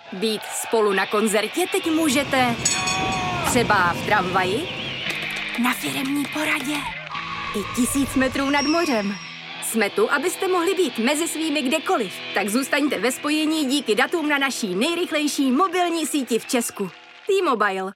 Být spolu na koncertě teď můžete třeba v tramvaji, na firemní poradě i 1000 metrů nad mořem. Jsme tu, abyste mohli být mezi svými kdekoliv. Tak zůstaňte ve spojení díky datům na naší nejrychlejší mobilní síti v Česku. T-Mobile.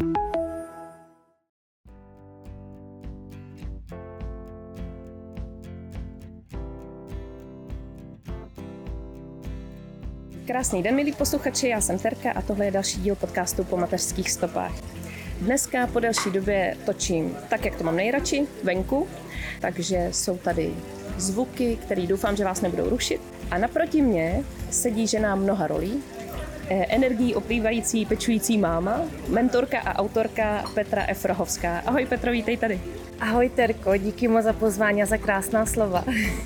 Krásný den, milí posluchači, já jsem Terka a tohle je další díl podcastu Po mateřských stopách. Dneska po delší době točím tak, jak to mám nejradši, venku, takže jsou tady zvuky, které doufám, že vás nebudou rušit. A naproti mně sedí žena mnoha rolí, energií oplývající, pečující máma, mentorka a autorka Petra F. Rohovská. Ahoj Petro, vítej tady. Ahoj Terko, díky moc za pozvání a za krásná slova.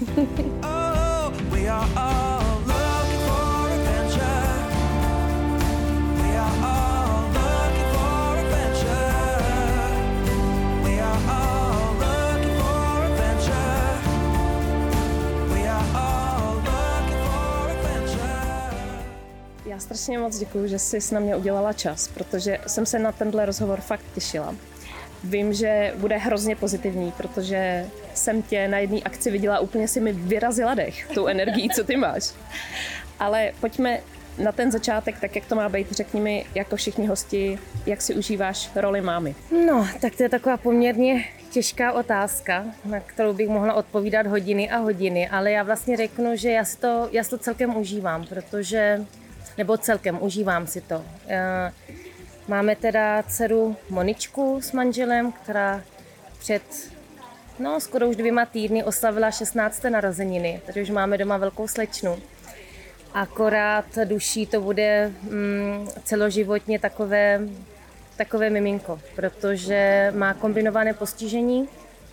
Já strašně moc děkuju, že jsi na mě udělala čas, protože jsem se na tenhle rozhovor fakt těšila. Vím, že bude hrozně pozitivní, protože jsem tě na jedné akci viděla, úplně si mi vyrazila dech, tou energií, co ty máš. Ale pojďme na ten začátek, tak jak to má být, řekni mi, jako všichni hosti, jak si užíváš roli mámy. No, tak to je taková poměrně těžká otázka, na kterou bych mohla odpovídat hodiny a hodiny, ale já vlastně řeknu, že já si to celkem užívám, užívám si to. Máme teda dceru Moničku s manželem, která před skoro už 2 týdny oslavila 16. narozeniny, takže už máme doma velkou slečnu. Akorát duší to bude celoživotně takové miminko, protože má kombinované postižení,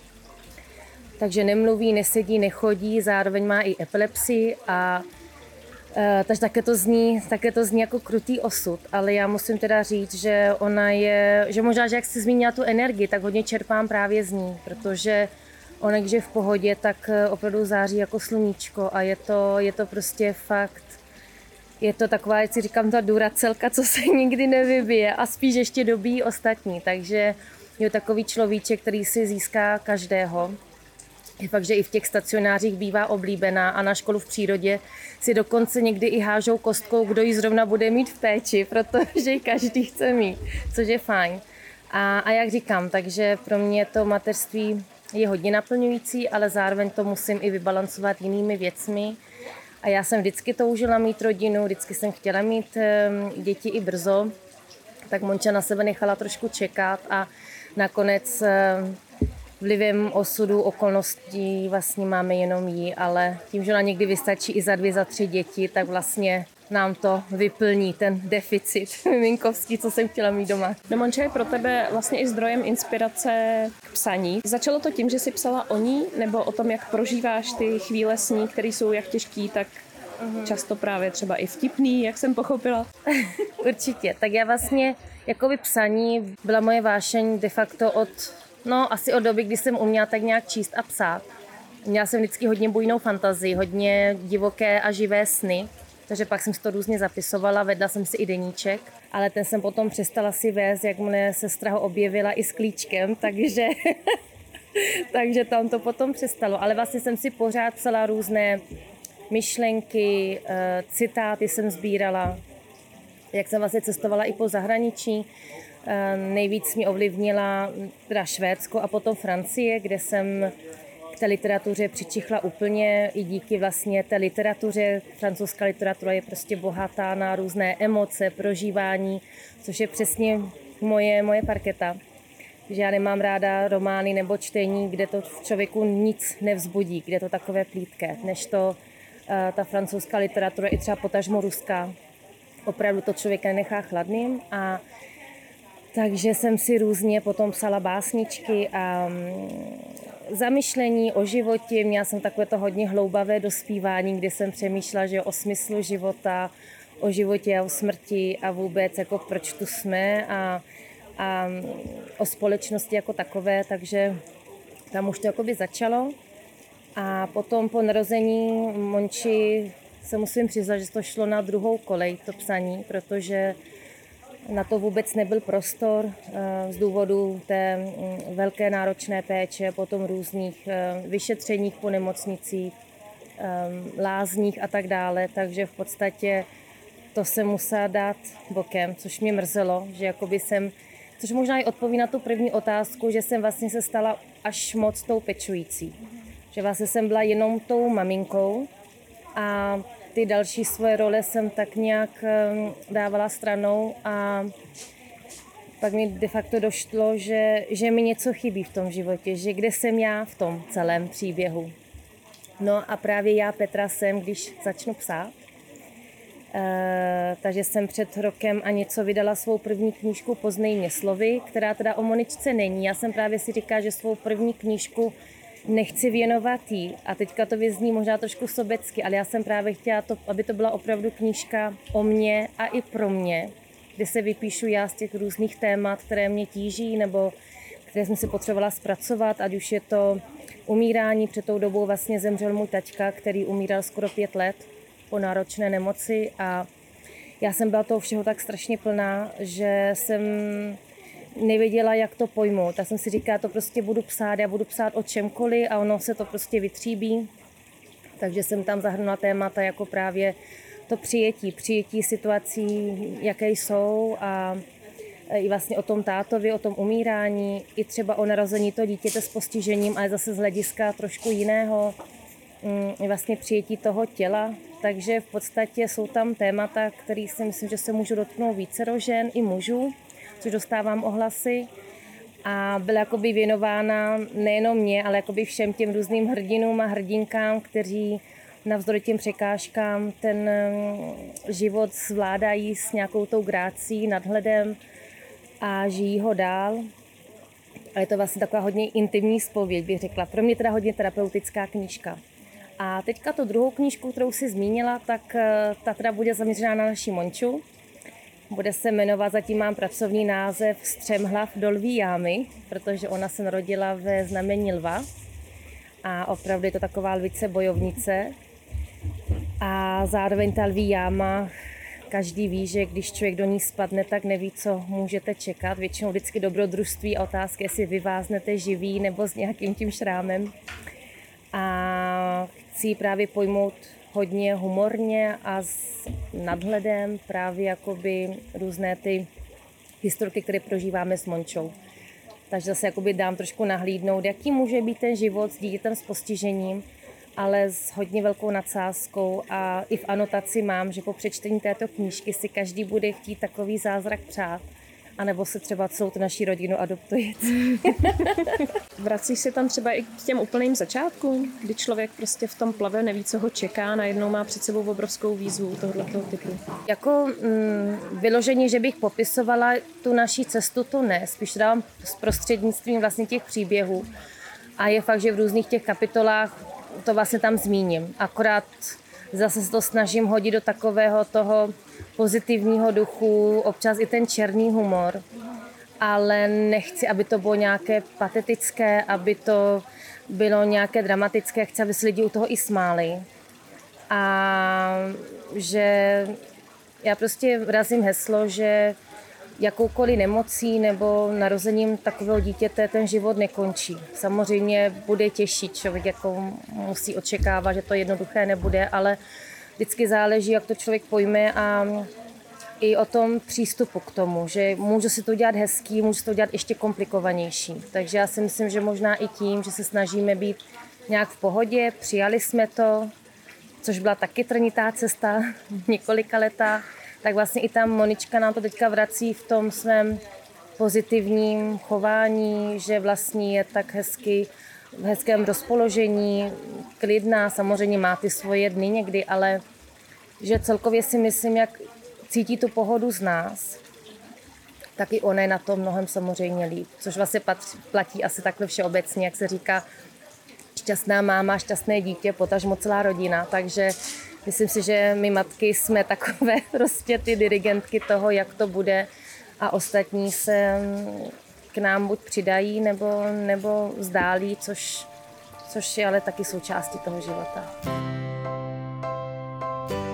takže nemluví, nesedí, nechodí, zároveň má i epilepsii a takže také to zní jako krutý osud, ale já musím teda říct, že že možná, že jak jsi zmínila tu energii, tak hodně čerpám právě z ní, protože ona, když je v pohodě, tak opravdu září jako sluníčko a je to prostě fakt, je to taková, jak si říkám, ta duracelka, co se nikdy nevybije a spíš ještě dobíjí ostatní, takže je takový človíček, který si získá každého. Je fakt, že i v těch stacionářích bývá oblíbená a na školu v přírodě si dokonce někdy i hážou kostkou, kdo ji zrovna bude mít v péči, protože ji každý chce mít, což je fajn. A jak říkám, takže pro mě to mateřství je hodně naplňující, ale zároveň to musím i vybalancovat jinými věcmi. A já jsem vždycky toužila mít rodinu, vždycky jsem chtěla mít děti i brzo, tak Monča na sebe nechala trošku čekat a nakonec vlivem osudu, okolností vlastně máme jenom jí, ale tím, že ona někdy vystačí i za 2, za 3 děti, tak vlastně nám to vyplní ten deficit miminkovský, co jsem chtěla mít doma. No Monča je pro tebe vlastně i zdrojem inspirace k psaní. Začalo to tím, že jsi psala o ní, nebo o tom, jak prožíváš ty chvíle s ní, které jsou jak těžký, tak často právě třeba i vtipný, jak jsem pochopila? Určitě. Tak já vlastně, jakoby psaní byla moje vášeň de facto asi od doby, kdy jsem uměla tak nějak číst a psát. Měla jsem vždycky hodně bujnou fantazii, hodně divoké a živé sny, takže pak jsem si to různě zapisovala, vedla jsem si i deníček, ale ten jsem potom přestala si vést, jak mne sestra ho objevila i s klíčkem, takže tam to potom přestalo. Ale vlastně jsem si pořád psala různé myšlenky, citáty jsem sbírala, jak jsem vlastně cestovala i po zahraničí. Nejvíc mě ovlivnila teda Švédsko a potom Francie, kde jsem k té literatuře přičichla úplně i díky vlastně té literatuře. Francouzská literatura je prostě bohatá na různé emoce, prožívání, což je přesně moje parketa. Že já nemám ráda romány nebo čtení, kde to v člověku nic nevzbudí, kde je to takové plítké, než to ta francouzská literatura i třeba potažmo ruská. Opravdu to člověka nenechá chladným a takže jsem si různě potom psala básničky a zamyšlení o životě. Měla jsem takové to hodně hloubavé dospívání, kde jsem přemýšlela, že o smyslu života, o životě a o smrti a vůbec jako proč tu jsme a o společnosti jako takové, takže tam už to jakoby začalo. A potom po narození Monči se musím přiznat, že to šlo na druhou kolej, to psaní, protože na to vůbec nebyl prostor z důvodu té velké náročné péče, potom různých vyšetřeních po nemocnicích, lázních a tak dále, takže v podstatě to jsem musela dát bokem, což mě mrzelo, že jakoby což možná i odpoví na tu první otázku, že jsem vlastně se stala až moc tou pečující. Že vlastně jsem byla jenom tou maminkou a ty další svoje role jsem tak nějak dávala stranou a pak mi de facto došlo, že mi něco chybí v tom životě, že kde jsem já v tom celém příběhu. No a právě já, Petra, jsem, když začnu psát, takže jsem před rokem a něco vydala svou první knížku Poznej mě slovy, která teda o Moničce není. Já jsem právě si říkala, že svou první knížku nechci věnovat jí a teďka to vyzní možná trošku sobecky, ale já jsem právě chtěla, aby to byla opravdu knížka o mně a i pro mě, kde se vypíšu já z těch různých témat, které mě tíží nebo které jsem si potřebovala zpracovat, ať už je to umírání. Před tou dobou vlastně zemřel můj taťka, který umíral skoro 5 let po náročné nemoci a já jsem byla toho všeho tak strašně plná, že jsem nevěděla, jak to pojmout. Tak jsem si říkala, to prostě budu psát, já budu psát o čemkoliv a ono se to prostě vytříbí. Takže jsem tam zahrnula témata jako právě to přijetí situací, jaké jsou a i vlastně o tom tátovi, o tom umírání, i třeba o narození toho dítěte s postižením, ale zase z hlediska trošku jiného, vlastně přijetí toho těla. Takže v podstatě jsou tam témata, které si myslím, že se můžu dotknout vícero žen i mužů, což dostávám ohlasy. A byla jakoby věnována nejenom mě, ale jakoby všem těm různým hrdinům a hrdinkám, kteří navzdory těm překážkám ten život zvládají s nějakou tou grácí, nadhledem a žijí ho dál. A je to vlastně taková hodně intimní zpověď, bych řekla. Pro mě teda hodně terapeutická knížka. A teďka tu druhou knížku, kterou si zmínila, tak ta teda bude zaměřená na naši Monču. Bude se jmenovat, zatím mám pracovní název Střemhlav do lví jámy, protože ona se narodila ve znamení lva. A opravdu je to taková lvice bojovnice. A zároveň ta lví jáma, každý ví, že když člověk do ní spadne, tak neví, co můžete čekat. Většinou vždycky dobrodružství a otázky, jestli vyváznete živý nebo s nějakým tím šrámem. A chci právě pojmout hodně humorně a s nadhledem právě jakoby různé ty historky, které prožíváme s Mončou. Takže zase jakoby dám trošku nahlídnout, jaký může být ten život s dítětem s postižením, ale s hodně velkou nadsázkou a i v anotaci mám, že po přečtení této knížky si každý bude chtít takový zázrak přát, anebo se třeba celou tu naší rodinu adoptuje. Vracíš se tam třeba i k těm úplným začátkům, kdy člověk prostě v tom plave neví, co ho čeká, najednou má před sebou obrovskou výzvu tohoto typu? Jako vyloženě, že bych popisovala tu naší cestu, to ne. Spíš dávám s prostřednictvím vlastně těch příběhů. A je fakt, že v různých těch kapitolách to vlastně tam zmíním. Akorát zase se to snažím hodit do takového toho pozitivního duchu, občas i ten černý humor, ale nechci, aby to bylo nějaké patetické, aby to bylo nějaké dramatické, chci, aby si lidi u toho i smáli. A že já prostě razím heslo, že jakoukoliv nemocí nebo narozením takového dítěte ten život nekončí. Samozřejmě bude těžší, člověk jako musí očekávat, že to jednoduché nebude, ale vždycky záleží, jak to člověk pojme a i o tom přístupu k tomu, že můžu si to dělat hezký, můžu si to dělat ještě komplikovanější. Takže já si myslím, že možná i tím, že se snažíme být nějak v pohodě, přijali jsme to, což byla taky trnitá cesta, několika letá, tak vlastně i ta Monička nám to teďka vrací v tom svém pozitivním chování, že vlastně je tak hezky, v hezkém rozpoložení, klidná, samozřejmě má ty svoje dny někdy, ale že celkově si myslím, jak cítí tu pohodu z nás, tak i ona je na tom mnohem samozřejmě líp, což vlastně platí asi takhle všeobecně, jak se říká, šťastná máma, šťastné dítě, potažmo celá rodina, takže myslím si, že my matky jsme takové prostě ty dirigentky toho, jak to bude a ostatní se k nám buď přidají nebo vzdálí, což je ale taky součástí toho života.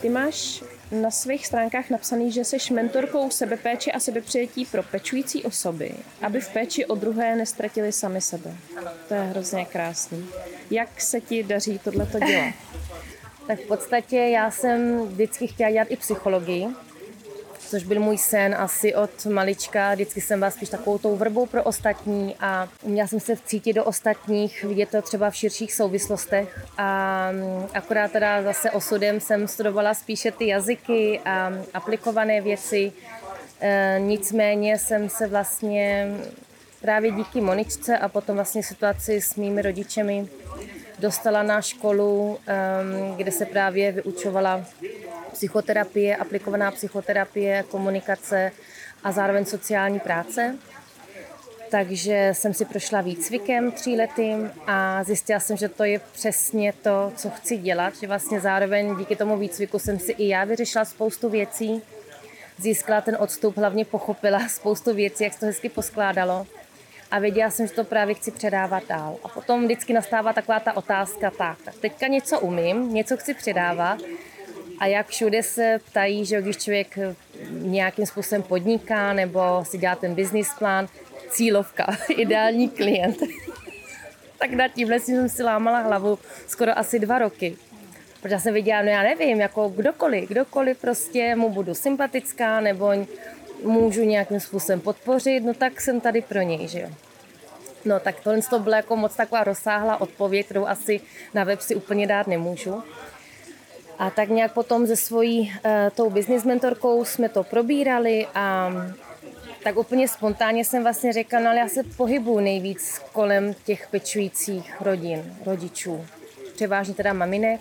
Ty máš na svých stránkách napsaný, že jsi mentorkou sebepéče a sebepřijetí pro pečující osoby, aby v péči o druhé nestratili sami sebe. To je hrozně krásný. Jak se ti daří tohleto dělat? Tak v podstatě já jsem vždycky chtěla dělat i psychologii, což byl můj sen asi od malička. Vždycky jsem byla spíš takovou tou vrbou pro ostatní a uměla jsem se vcítit do ostatních, vidět to třeba v širších souvislostech. A akorát teda zase osudem jsem studovala spíše ty jazyky a aplikované věci. Nicméně jsem se vlastně právě díky Moničce a potom vlastně situaci s mými rodičemi dostala na školu, kde se právě vyučovala psychoterapie, aplikovaná psychoterapie, komunikace a zároveň sociální práce. Takže jsem si prošla výcvikem 3letým a zjistila jsem, že to je přesně to, co chci dělat, že vlastně zároveň díky tomu výcviku jsem si i já vyřešila spoustu věcí, získala ten odstup, hlavně pochopila spoustu věcí, jak se to hezky poskládalo. A věděla jsem, že to právě chci předávat dál. A potom vždycky nastává taková ta otázka, tak teďka něco umím, něco chci předávat. A jak všude se ptají, že když člověk nějakým způsobem podniká nebo si dělá ten business plán, cílovka, ideální klient. Tak nad tímhle jsem si lámala hlavu skoro asi 2 roky. Protože jsem viděla, no já nevím, jako kdokoliv prostě mu budu sympatická nebo můžu nějakým způsobem podpořit, no tak jsem tady pro něj, že jo. No tak tohle to byla jako moc taková rozsáhlá odpověď, kterou asi na web si úplně dát nemůžu. A tak nějak potom se svojí tou business mentorkou jsme to probírali a tak úplně spontánně jsem vlastně řekla, no ale já se pohybuju nejvíc kolem těch pečujících rodin, rodičů, převážně teda maminek.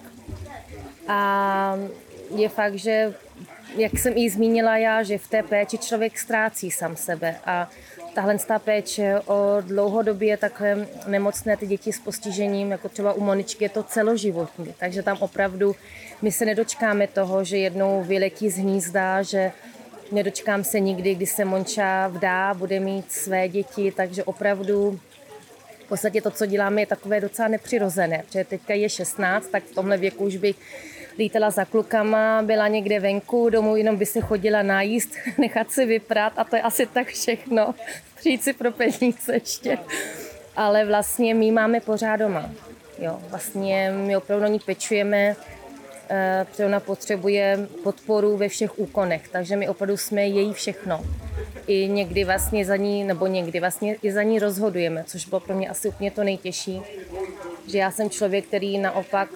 A je fakt, že jak jsem jí zmínila já, že v té péči člověk ztrácí sám sebe a tahle péče o dlouhodobě takhle nemocné ty děti s postižením, jako třeba u Moničky, je to celoživotní. Takže tam opravdu my se nedočkáme toho, že jednou vyletí z hnízda, že nedočkám se nikdy, kdy se Monča vdá, bude mít své děti, takže opravdu v podstatě to, co děláme, je takové docela nepřirozené, protože teďka je 16, tak v tomhle věku už bych lítala za klukama, byla někde venku, domů jenom by se chodila najíst, nechat si vyprat a to je asi tak všechno. Přijít si pro peníze ještě. Ale vlastně my máme pořád doma. Jo, vlastně my opravdu ní pečujeme, protože ona potřebuje podporu ve všech úkonech, takže my opravdu jsme její všechno. I někdy vlastně za ní, nebo někdy vlastně i za ní rozhodujeme, což bylo pro mě asi úplně to nejtěžší. Že já jsem člověk, který naopak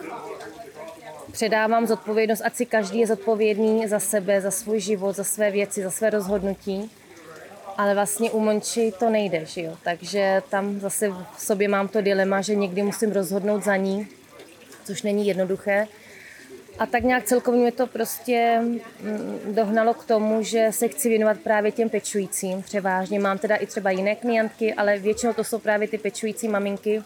předávám zodpovědnost, ať si každý je zodpovědný za sebe, za svůj život, za své věci, za své rozhodnutí. Ale vlastně u Monči to nejde, že jo? Takže tam zase v sobě mám to dilema, že někdy musím rozhodnout za ní, což není jednoduché. A tak nějak celkově mě to prostě dohnalo k tomu, že se chci věnovat právě těm pečujícím. Převážně mám teda i třeba jiné klientky, ale většinou to jsou právě ty pečující maminky,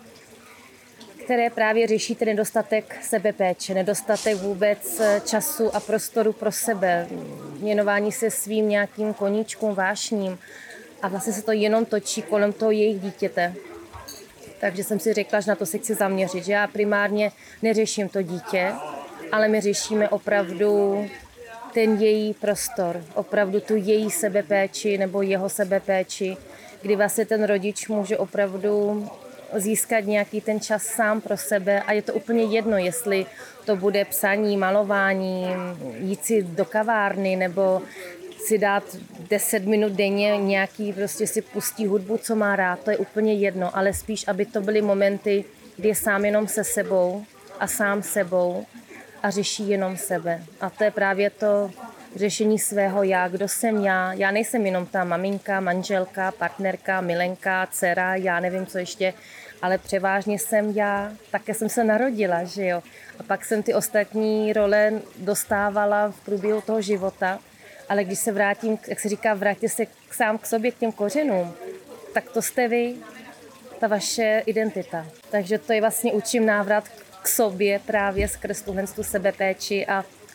které právě řeší ten nedostatek sebepéče, nedostatek vůbec času a prostoru pro sebe, věnování se svým nějakým koníčkům, vášním a vlastně se to jenom točí kolem toho jejich dítěte. Takže jsem si řekla, že na to se chci zaměřit, že já primárně neřeším to dítě, ale my řešíme opravdu ten její prostor, opravdu tu její sebepéči nebo jeho sebepéči, kdy vlastně ten rodič může opravdu získat nějaký ten čas sám pro sebe a je to úplně jedno, jestli to bude psaní, malování, jít si do kavárny nebo si dát 10 minut denně nějaký, prostě si pustí hudbu, co má rád, to je úplně jedno, ale spíš, aby to byly momenty, kdy je sám jenom se sebou a sám sebou a řeší jenom sebe. A to je právě to řešení svého já, kdo jsem já. Já nejsem jenom ta maminka, manželka, partnerka, milenka, dcera, já nevím, co ještě, ale převážně jsem já, také jsem se narodila, že jo. A pak jsem ty ostatní role dostávala v průběhu toho života, ale když se vrátím, jak se říká, vrátíte se sám k sobě, k těm kořenům, tak to jste vy, ta vaše identita. Takže to je vlastně učím návrat k sobě právě skrz tu sebepéči a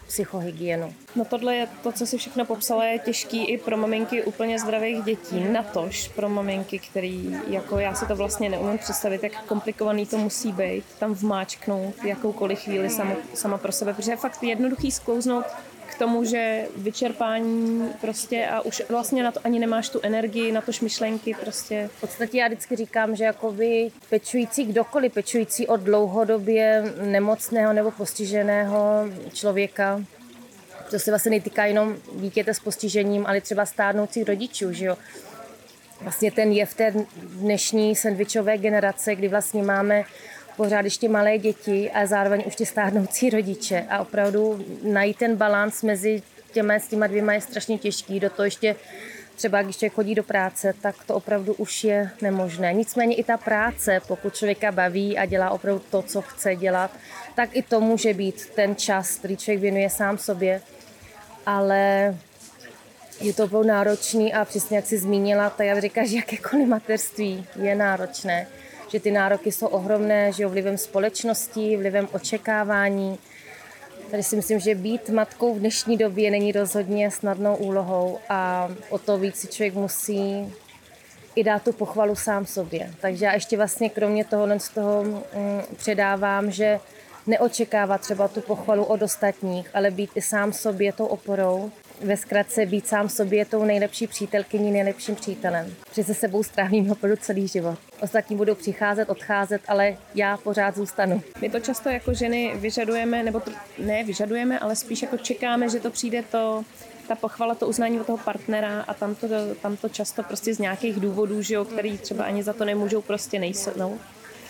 psychohygienu. No tohle je to, co si všechno popsala, je těžký i pro maminky úplně zdravých dětí. Natož pro maminky, který, jako já si to vlastně neumím představit, jak komplikovaný to musí být, tam vmáčknout jakoukoliv chvíli sama pro sebe, protože je fakt jednoduchý sklouznout k tomu, že vyčerpání prostě a už vlastně na to ani nemáš tu energii, na tož myšlenky prostě. V podstatě já vždycky říkám, že jakoby pečující kdokoliv, pečující o dlouhodobě nemocného nebo postiženého člověka, to se vlastně netýká jenom dítěte s postižením, ale třeba stárnoucích rodičů, že jo. Vlastně ten je v té dnešní sendvičové generace, kdy vlastně máme pořád ještě malé děti a zároveň už ty stárnoucí rodiče a opravdu najít ten balans mezi těma dvěma je strašně těžký. Do toho ještě třeba, když člověk chodí do práce, tak to opravdu už je nemožné. Nicméně i ta práce, pokud člověka baví a dělá opravdu to, co chce dělat, tak i to může být ten čas, který člověk věnuje sám sobě. Ale je to opravdu náročný a přesně jak jsi zmínila, tak já bych říkala, že jakékoliv mateřství je náročné. Že ty nároky jsou ohromné, že jo, vlivem společnosti, vlivem očekávání. Tady si myslím, že být matkou v dnešní době není rozhodně snadnou úlohou a o to víc si člověk musí i dát tu pochvalu sám sobě. Takže já ještě vlastně kromě toho z toho předávám, že neočekávat třeba tu pochvalu od ostatních, ale být i sám sobě tou oporou. Ve zkratce být sám sobě tou nejlepší přítelkyní, nejlepším přítelem. Protože se sebou strávím opravdu celý život. Ostatní budou přicházet, odcházet, ale já pořád zůstanu. My to často jako ženy vyžadujeme, nebo to ne vyžadujeme, ale spíš jako čekáme, že to přijde ta pochvala, to uznání od toho partnera a tam to často prostě z nějakých důvodů, že jo, který třeba ani za to nemůžou, prostě nejsou.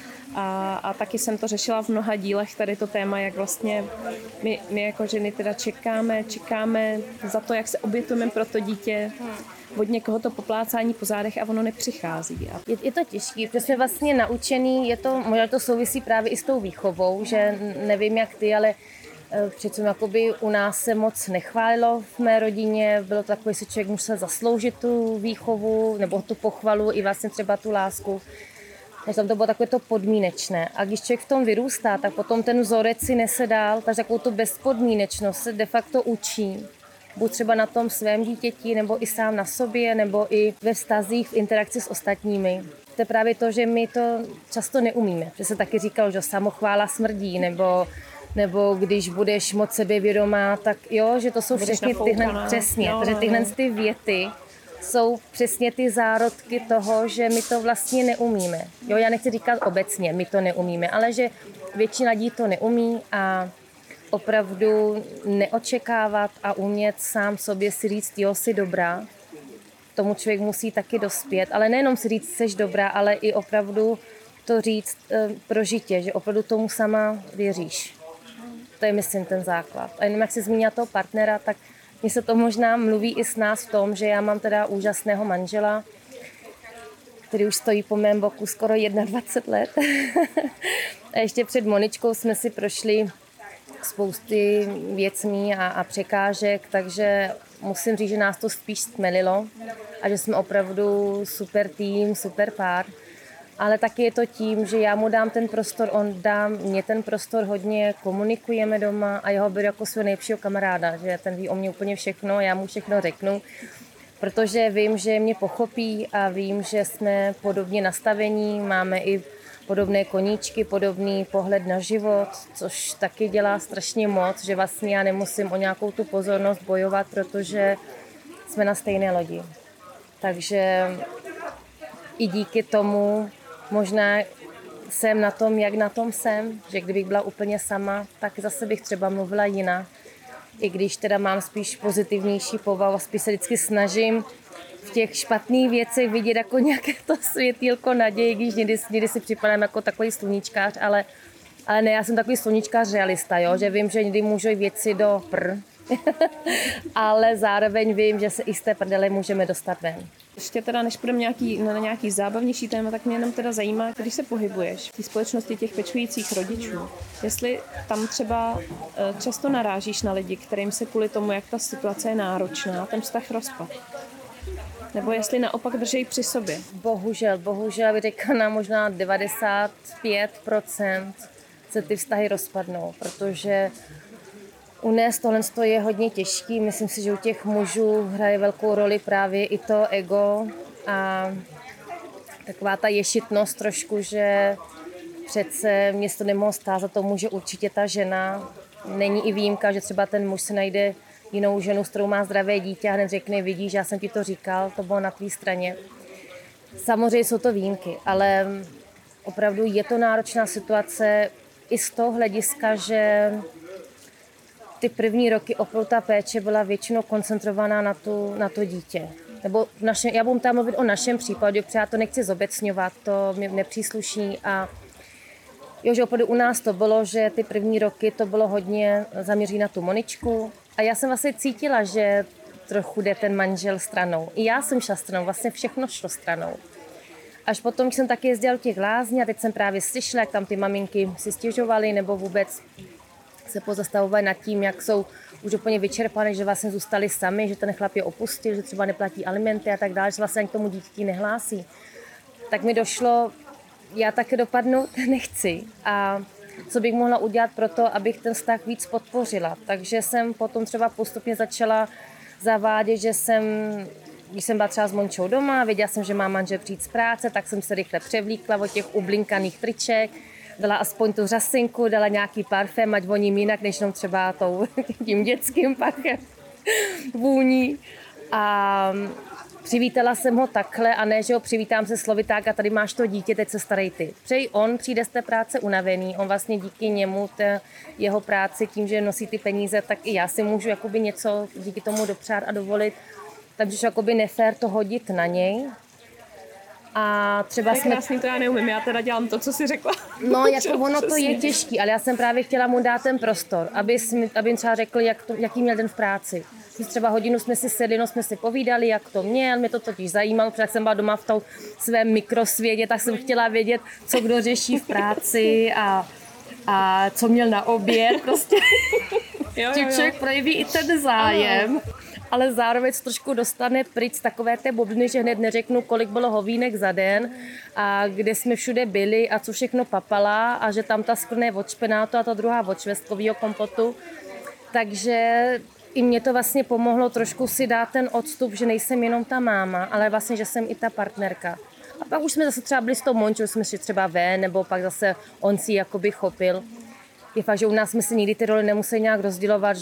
A taky jsem to řešila v mnoha dílech, tady to téma, jak vlastně my jako ženy teda čekáme za to, jak se obětujeme pro to dítě, od někoho to poplácání po zádech a ono nepřichází. Je to těžké, protože jsme vlastně naučený, možná to souvisí právě i s tou výchovou, že nevím jak ty, ale přece jakoby u nás se moc nechválilo v mé rodině, bylo to takové, že člověk musel zasloužit tu výchovu nebo tu pochvalu i vlastně třeba tu lásku. Takže tam to bylo takové to podmínečné. A když člověk v tom vyrůstá, tak potom ten vzorec si nese dál, takže takovou tu bezpodmínečnost se de facto učí. Buď třeba na tom svém dítěti, nebo i sám na sobě, nebo i ve vztazích v interakci s ostatními. To je právě to, že my to často neumíme. Že se taky říkalo, že samochvála smrdí, nebo když budeš moc sebevědomá, tak jo, že to jsou všechny tyhle ty věty, jsou přesně ty zárodky toho, že my to vlastně neumíme. Jo, já nechci říkat obecně, my to neumíme, ale že většina lidí to neumí a opravdu neočekávat a umět sám sobě si říct, jo, jsi dobrá. Tomu člověk musí taky dospět, ale nejenom si říct, jsi dobrá, ale i opravdu to říct pro žitě, že opravdu tomu sama věříš. To je, myslím, ten základ. A jenom jak jsi zmínila toho partnera, tak mně se to možná mluví i s nás v tom, že já mám teda úžasného manžela, který už stojí po mém boku skoro 21 let. A ještě před Moničkou jsme si prošli spousty věcmi a překážek, takže musím říct, že nás to spíš stmelilo a že jsme opravdu super tým, super pár. Ale taky je to tím, že já mu dám ten prostor, on dá mě ten prostor, hodně komunikujeme doma a jeho beru jako svého nejlepšího kamaráda, že ten ví o mě úplně všechno, já mu všechno řeknu, protože vím, že mě pochopí a vím, že jsme podobně nastavení, máme i podobné koníčky, podobný pohled na život, což taky dělá strašně moc, že vlastně já nemusím o nějakou tu pozornost bojovat, protože jsme na stejné lodi. Takže i díky tomu možná jsem na tom, jak na tom jsem, že kdybych byla úplně sama, tak zase bych třeba mluvila jinak. I když teda mám spíš pozitivnější povahu a spíš se vždycky snažím v těch špatných věcech vidět jako nějaké to světýlko naději, když někdy si připadám jako takový sluníčkář, ale ne, já jsem takový sluníčkář realista, jo? Že vím, že někdy můžou věci do ale zároveň vím, že se i z té prdele můžeme dostat ven. Ještě teda, než půjdeme na nějaký zábavnější téma, tak mě jenom teda zajímá, když se pohybuješ v té společnosti těch pečujících rodičů, jestli tam třeba často narážíš na lidi, kterým se kvůli tomu, jak ta situace je náročná, ten vztah rozpad. Nebo jestli naopak drží při sobě. Bohužel, bych řekla na možná 95% se ty vztahy rozpadnou, protože unést tohle je hodně těžký. Myslím si, že u těch mužů hraje velkou roli právě i to ego a taková ta ješitnost trošku, že přece mě to nemohlo stát za tomu, že určitě ta žena není i výjimka, že třeba ten muž se najde jinou ženu, s kterou má zdravé dítě a hned řekne, vidíš, já jsem ti to říkal, to bylo na tvý straně. Samozřejmě jsou to výjimky, ale opravdu je to náročná situace i z toho hlediska, že ty první roky opravdu ta péče byla většinou koncentrovaná na to dítě. Nebo já budu tam mluvit o našem případu, protože já to nechci zobecňovat, to mi nepřísluší. A jo, že opravdu u nás to bylo, že ty první roky to bylo hodně zaměřené na tu Moničku. A já jsem vlastně cítila, že trochu jde ten manžel stranou. I já jsem šla stranou, vlastně všechno šlo stranou. Až potom, když jsem taky jezdila do těch lázní a teď jsem právě slyšela, jak tam ty maminky si stěžovaly nebo vůbec se pozastavovaly nad tím, jak jsou už úplně vyčerpané, že vlastně zůstali sami, že ten chlap je opustil, že třeba neplatí alimenty a tak dále, že vlastně ani k tomu dítěti nehlásí. Tak mi došlo, já taky dopadnout nechci. A co bych mohla udělat pro to, abych ten vztah víc podpořila. Takže jsem potom třeba postupně začala zavádět, že když jsem byla třeba s Mončou doma, věděla jsem, že má manžel přijít z práce, tak jsem se rychle převlíkla od těch ublinkaných triček, dala aspoň tu řasinku, dala nějaký parfém, ať voním jinak, než jenom třeba tím dětským pachem vůní. A přivítala jsem ho takhle a ne, že ho přivítám se slovy tak a tady máš to dítě, teď se starej ty. Přeji on přijde z té práce unavený, on vlastně díky němu, jeho práci, tím, že nosí ty peníze, tak i já si můžu jakoby něco díky tomu dopřát a dovolit. Takže jakoby nefér to hodit na něj. A třeba to je krásný, to já neumím, já teda dělám to, co jsi řekla. No, jako ono to je těžký, ale já jsem právě chtěla mu dát ten prostor, aby třeba řekl, jaký měl den v práci. Třeba hodinu jsme si sedli, jsme si povídali, jak to měl, mě to totiž zajímalo, protože jak jsem byla doma v tom svém mikrosvětě, tak jsem chtěla vědět, co kdo řeší v práci a co měl na oběd, prostě. Že člověk projeví i ten zájem. Ale zároveň se trošku dostane pryč z takové té bubliny, že hned neřeknu, kolik bylo hovínek za den a kde jsme všude byli a co všechno papala a že tam ta skrne je od špenátu a ta druhá od švestkovýho kompotu. Takže i mě to vlastně pomohlo trošku si dát ten odstup, že nejsem jenom ta máma, ale vlastně, že jsem i ta partnerka. A pak už jsme zase třeba byli s tou Mončou, jsme šli třeba ven, nebo pak zase on si jakoby chopil. Je fakt, že u nás jsme si nikdy ty role nemuseli nějak rozdělovat,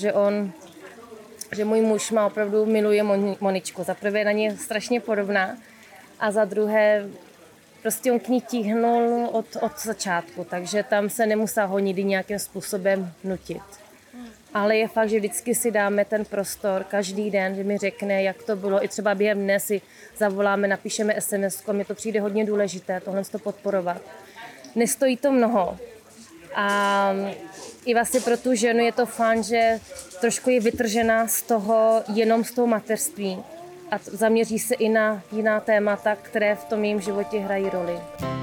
že můj muž má opravdu miluje Moničku. Za prvé na ně strašně podobná a za druhé prostě on k ní tíhnul od začátku, takže tam se nemusel ho nikdy nějakým způsobem nutit. Ale je fakt, že vždycky si dáme ten prostor každý den, že mi řekne, jak to bylo. I třeba během dne si zavoláme, napíšeme SMS, mně to přijde hodně důležité, tohle to podporovat. Nestojí to mnoho. A i vlastně pro tu ženu je to fajn, že trošku je vytržená jenom z toho mateřství a zaměří se i na jiná témata, které v tom jejím životě hrají roli.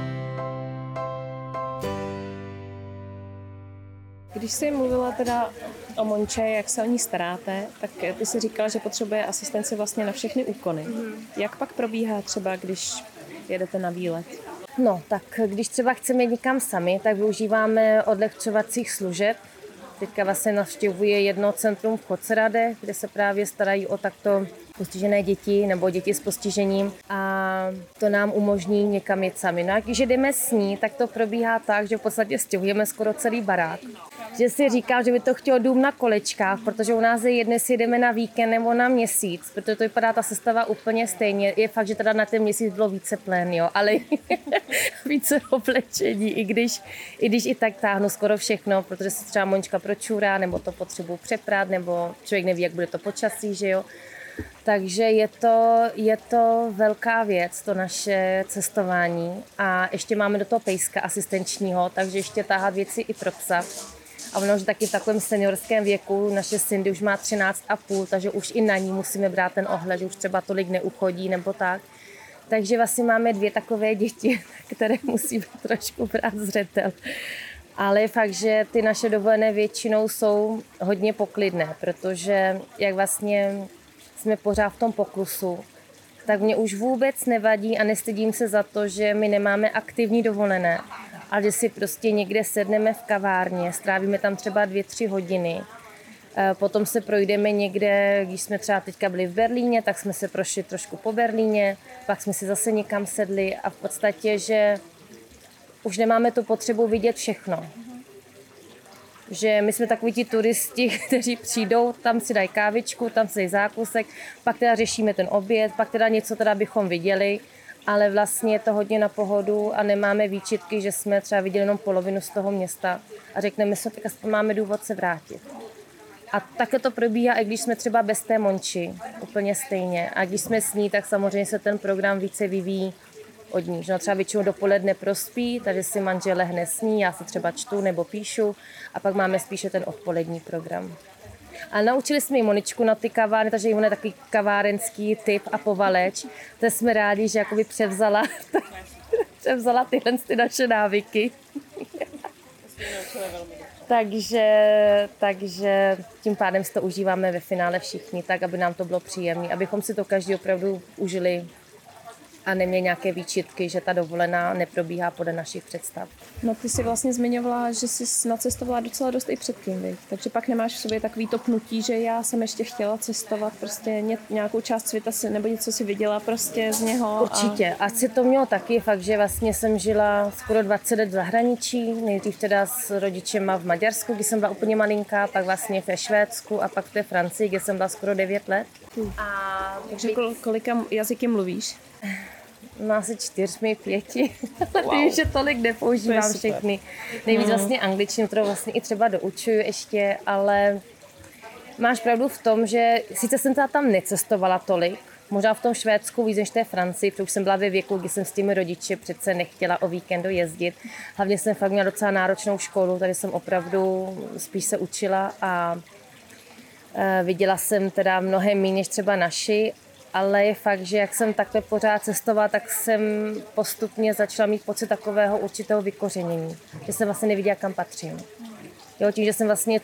Když jsi mluvila teda o Monče, jak se o ní staráte, tak ty jsi říkala, že potřebuje asistenci vlastně na všechny úkony. Jak pak probíhá třeba, když jedete na výlet? No, tak když třeba chceme jít někam sami, tak využíváme odlehčovacích služeb. Teďka vlastně navštěvuje jedno centrum v Chodcerade, kde se právě starají o takto postižené děti nebo děti s postižením a to nám umožní někam jet sami. No a když jdeme s ní, tak to probíhá tak, že v podstatě stěhujeme skoro celý barák. Že si říkám, že by to chtělo dům na kolečkách, protože u nás je jedné si jdeme na víkend nebo na měsíc, protože to vypadá ta sestava úplně stejně. Je fakt, že teda na ten měsíc bylo více plén, jo, ale více oblečení, i když i tak táhnu skoro všechno, protože se třeba Mončka pročůrá, nebo to potřebuji přeprat, nebo člověk neví, jak bude to počasí, že jo. Takže je to velká věc, to naše cestování. A ještě máme do toho pejska asistenčního, takže ještě táhat věci i pro psa. A ono už taky v takovém seniorském věku, naše Cindy už má 13,5, takže už i na ní musíme brát ten ohled, že už třeba tolik neuchodí nebo tak. Takže vlastně máme 2 takové děti, které musíme trošku brát zřetel. Ale je fakt, že ty naše dovolené většinou jsou hodně poklidné, protože jak vlastně jsme pořád v tom poklusu, tak mě už vůbec nevadí a nestydím se za to, že my nemáme aktivní dovolené, ale že si prostě někde sedneme v kavárně, strávíme tam třeba 2-3 hodiny Potom se projdeme někde, když jsme třeba teďka byli v Berlíně, tak jsme se prošli trošku po Berlíně, pak jsme si zase někam sedli a v podstatě, že už nemáme tu potřebu vidět všechno. Že my jsme takoví ti turisti, kteří přijdou, tam si dají kávičku, tam si dají zákusek, pak teda řešíme ten oběd, pak teda něco teda bychom viděli, ale vlastně je to hodně na pohodu a nemáme výčitky, že jsme třeba viděli jenom polovinu z toho města a řekneme si, tak aspoň máme důvod se vrátit. A také to probíhá, i když jsme třeba bez té Monči, úplně stejně. A když jsme s ní, tak samozřejmě se ten program více vyvíjí od ní. No, třeba většinou dopoledne prospí, takže si manžel lehne s ní, já si třeba čtu nebo píšu a pak máme spíše ten odpolední program. A naučili jsme ji Moničku na ty kavárny, takže ona je takový kavárenský typ a povaleč. To jsme rádi, že jakoby převzala tyhle ty naše návyky. Takže tím pádem si to užíváme ve finále všichni, tak aby nám to bylo příjemné, abychom si to každý opravdu užili a neměli nějaké výčitky, že ta dovolená neprobíhá podle našich představ. No ty jsi vlastně zmiňovala, že jsi nacestovala docela dost i předtím, viď? Takže pak nemáš v sobě takový to pnutí, že já jsem ještě chtěla cestovat, prostě nějakou část světa nebo něco si viděla prostě z něho. Určitě. Asi to mělo taky fakt, že vlastně jsem žila skoro 20 let v zahraničí, nejdřív teda s rodičema v Maďarsku, kdy jsem byla úplně malinká, pak vlastně ve Švédsku a pak v té Francii, kde jsem byla skoro 9 let. Takže kolika jazyky mluvíš? No asi 4, 5. Wow. Vím, že tolik nepoužívám všechny. Nejvíc vlastně angličtinu, kterou vlastně i třeba doučuju ještě, ale máš pravdu v tom, že sice jsem tam necestovala tolik, možná v tom Švédsku víc než té Francii, protože už jsem byla ve věku, kdy jsem s těmi rodiči přece nechtěla o víkendu jezdit. Hlavně jsem fakt měla docela náročnou školu, takže jsem opravdu spíš se učila a viděla jsem teda mnohem méně než třeba naši. Ale je fakt, že jak jsem takhle pořád cestovala, tak jsem postupně začala mít pocit takového určitého vykořenění. Že jsem vlastně neviděla, kam patřím. Jo, tím, že jsem vlastně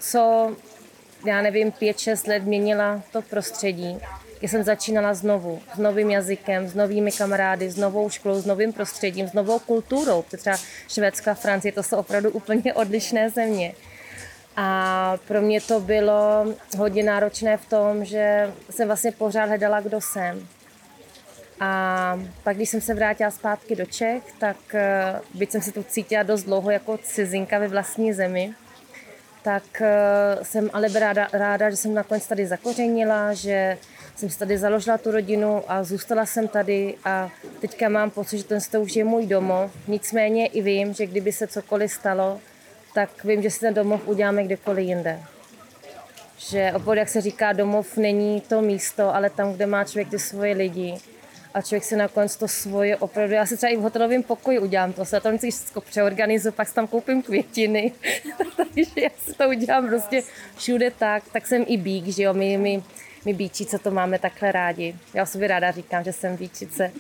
5-6 let měnila to prostředí, kdy jsem začínala znovu, s novým jazykem, s novými kamarády, s novou školou, s novým prostředím, s novou kulturou. Třeba Švédska a Francie, to jsou opravdu úplně odlišné země. A pro mě to bylo hodně náročné v tom, že jsem vlastně pořád hledala, kdo jsem. A pak, když jsem se vrátila zpátky do Čech, tak byť jsem se tu cítila dost dlouho jako cizinka ve vlastní zemi, tak jsem ale ráda, že jsem nakonec tady zakořenila, že jsem si tady založila tu rodinu a zůstala jsem tady a teďka mám pocit, že ten už je můj domov. Nicméně i vím, že kdyby se cokoliv stalo, tak vím, že si ten domov uděláme kdekoliv jinde. Že opravdu, jak se říká, domov není to místo, ale tam, kde má člověk ty svoje lidi. A člověk si nakonec to svoje opravdu, já si třeba i v hotelovém pokoji udělám to, já to vždycky všechno přeorganizuji, pak si tam koupím květiny. Takže já si to udělám prostě všude tak jsem i bík, že jo, my bíčice to máme takhle rádi. Já o sobě ráda říkám, že jsem bíčice.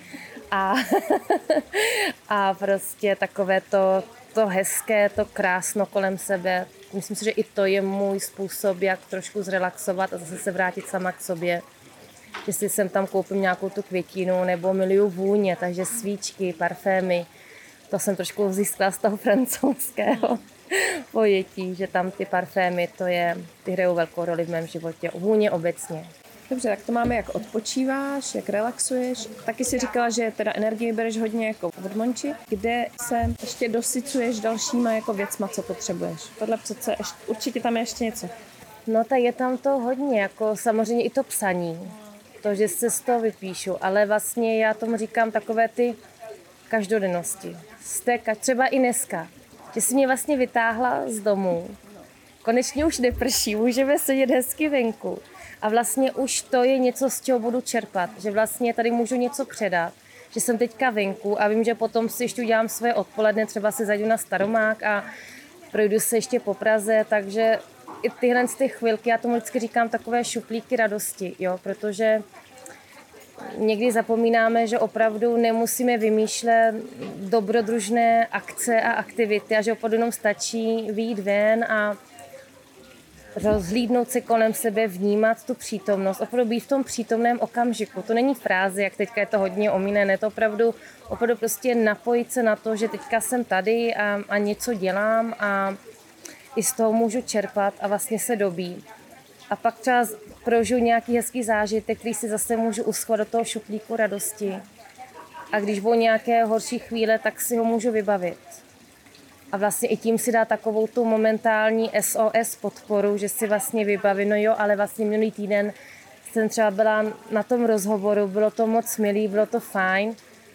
A prostě takové to hezké, to krásno kolem sebe. Myslím si, že i to je můj způsob, jak trošku zrelaxovat a zase se vrátit sama k sobě. Jestli jsem tam koupím nějakou tu květinu nebo miluju vůně, takže svíčky, parfémy. To jsem trošku získala z toho francouzského pojetí, že tam ty parfémy, ty hrajou velkou roli v mém životě. Vůně obecně. Dobře, tak to máme, jak odpočíváš, jak relaxuješ. Taky si říkala, že teda energii bereš hodně jako od Monči, kde se ještě dosycuješ dalšíma jako věcma, co potřebuješ. Tohle přece určitě tam je ještě něco. No tak je tam to hodně, jako samozřejmě i to psaní. To, že se z toho vypíšu, ale vlastně já tomu říkám takové ty každodennosti. Třeba i dneska, že jsi mě vlastně vytáhla z domu. Konečně už neprší, můžeme sedět hezky venku. A vlastně už to je něco, z čeho budu čerpat, že vlastně tady můžu něco předat, že jsem teďka venku a vím, že potom si ještě udělám svoje odpoledne, třeba si zajdu na Staromák a projdu se ještě po Praze, takže i tyhle ty chvilky, já tomu vždycky říkám takové šuplíky radosti, jo, protože někdy zapomínáme, že opravdu nemusíme vymýšlet dobrodružné akce a aktivity a že opravdu jenom stačí vyjít ven a rozhlídnout se kolem sebe, vnímat tu přítomnost, opravdu být v tom přítomném okamžiku. To není fráze, jak teďka je to hodně omílené, to opravdu prostě napojit se na to, že teďka jsem tady a něco dělám a i z toho můžu čerpat a vlastně se dobít. A pak třeba prožiju nějaký hezký zážitek, který si zase můžu uschovat do toho šuplíku radosti. A když budou nějaké horší chvíle, tak si ho můžu vybavit. A vlastně i tím si dá takovou tu momentální SOS podporu, že si vlastně vybavím, no jo, ale vlastně minulý týden jsem třeba byla na tom rozhovoru, bylo to moc milý, bylo to fajn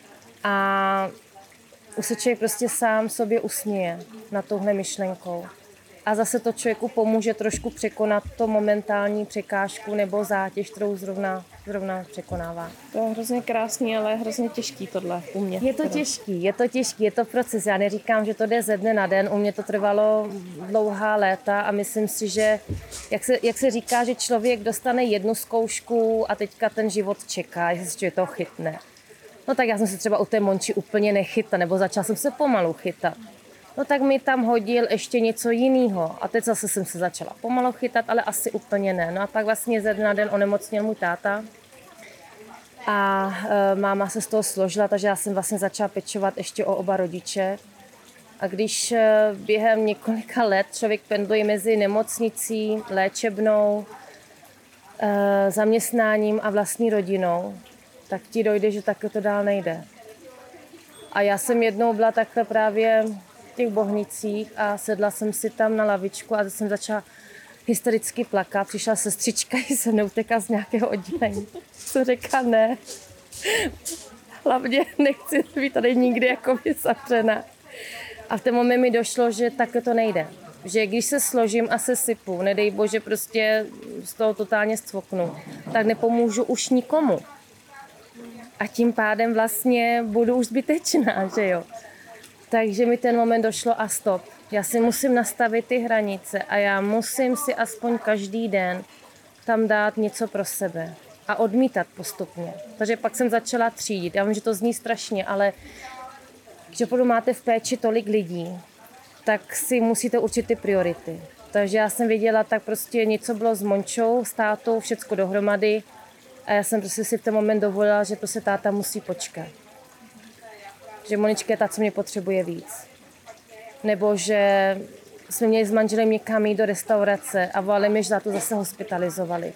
a už se člověk prostě sám sobě usměje na touhle myšlenkou. A zase to člověku pomůže trošku překonat to momentální překážku nebo zátěž, kterou zrovna překonává. To je hrozně krásný, ale hrozně těžký tohle u mě. Je to těžký, je to proces. Já neříkám, že to jde ze dne na den, u mě to trvalo dlouhá léta a myslím si, že jak se říká, že člověk dostane jednu zkoušku a teďka ten život čeká, jestli to chytne. No tak já jsem se třeba u té Monči úplně nechytla, nebo začala jsem se pomalu chytat. No tak mi tam hodil ještě něco jiného a teď zase jsem se začala pomalu chytat, ale asi úplně ne. No a pak vlastně ze dne na den onemocněl můj táta a máma se z toho složila, takže já jsem vlastně začala pečovat ještě o oba rodiče. A když během několika let člověk pendluje mezi nemocnicí, léčebnou, zaměstnáním a vlastní rodinou, tak ti dojde, že takhle to dál nejde. A já jsem jednou byla takhle právě v těch Bohnicích a sedla jsem si tam na lavičku a jsem začala hystericky plakat. Přišla sestřička i se mnou utekla z nějakého oddělení. Jsem řekla ne. Hlavně nechci být tady nikdy jako zavřená. A v ten moment mi došlo, že takhle to nejde. Že když se složím a se sypu, nedej bože prostě z toho totálně zcvoknu, tak nepomůžu už nikomu. A tím pádem vlastně budu už zbytečná, že jo. Takže mi ten moment došlo a stop. Já si musím nastavit ty hranice a já musím si aspoň každý den tam dát něco pro sebe a odmítat postupně. Takže pak jsem začala třídit. Já vím, že to zní strašně, ale když opravdu máte v péči tolik lidí, tak si musíte určit ty priority. Takže já jsem věděla, tak prostě něco bylo s Mončou, s tátou, všecko dohromady a já jsem prostě si v ten moment dovolila, že prostě táta musí počkat. Že Monička je ta, co mě potřebuje víc. Nebo že jsme měli s manželem někam jít do restaurace a volali mi, že za to zase hospitalizovali.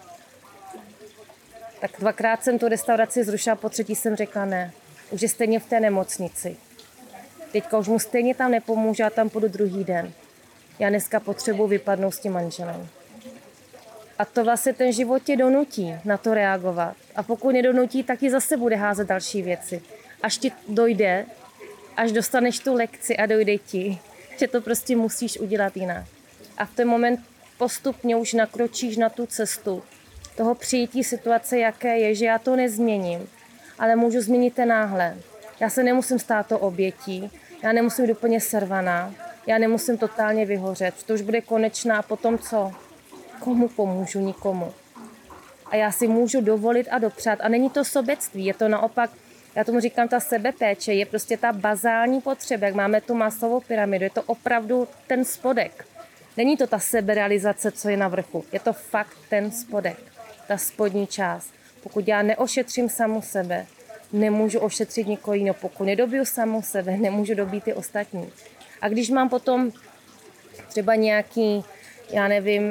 Tak dvakrát jsem tu restauraci zrušila, po třetí jsem řekla ne. Už je stejně v té nemocnici. Teďka už mu stejně tam nepomůže a tam půjdu druhý den. Já dneska potřebuji vypadnout s tím manželem. A to vlastně ten život tě donutí na to reagovat. A pokud nedonutí, tak ti zase bude házet další věci. Až ti dojde, až dostaneš tu lekci a dojde ti, že to prostě musíš udělat jinak. A v ten moment postupně už nakročíš na tu cestu toho přijetí situace, jaké je, že já to nezměním, ale můžu změnit ten náhled. Já se nemusím stát to obětí, já nemusím být úplně servaná, já nemusím totálně vyhořet, to už bude konečná a potom co? Komu pomůžu? Nikomu. A já si můžu dovolit a dopřát. A není to sobectví, je to naopak, já tomu říkám, ta sebepéče je prostě ta bazální potřeba, jak máme tu Maslowovou pyramidu, je to opravdu ten spodek. Není to ta seberealizace, co je na vrchu, je to fakt ten spodek, ta spodní část. Pokud já neošetřím samu sebe, nemůžu ošetřit nikoho jiného. Pokud nedobiju samu sebe, nemůžu dobít ty ostatní. A když mám potom třeba nějaký, já nevím,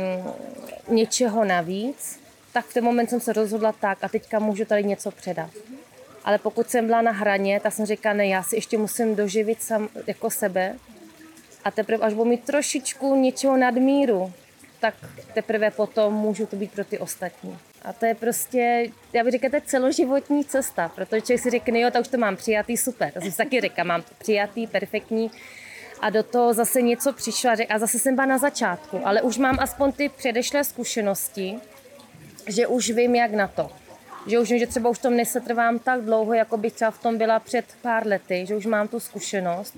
něčeho navíc, tak v ten moment jsem se rozhodla tak a teďka můžu tady něco předat. Ale pokud jsem byla na hraně, tak jsem říkala, ne, já si ještě musím doživit jako sebe a teprve až budu mít trošičku něčeho nadmíru, tak teprve potom můžu to být pro ty ostatní. A to je prostě, já bych řekla, to je celoživotní cesta, protože člověk si řekne, jo, tak už to mám přijatý, super. To jsem si taky řekla, mám to přijatý, perfektní. A do toho zase něco přišlo a zase jsem byla na začátku, ale už mám aspoň ty předešlé zkušenosti, že už vím, jak na to. Že už vím, že třeba už v tom nesetrvám tak dlouho, jako bych třeba v tom byla před pár lety, že už mám tu zkušenost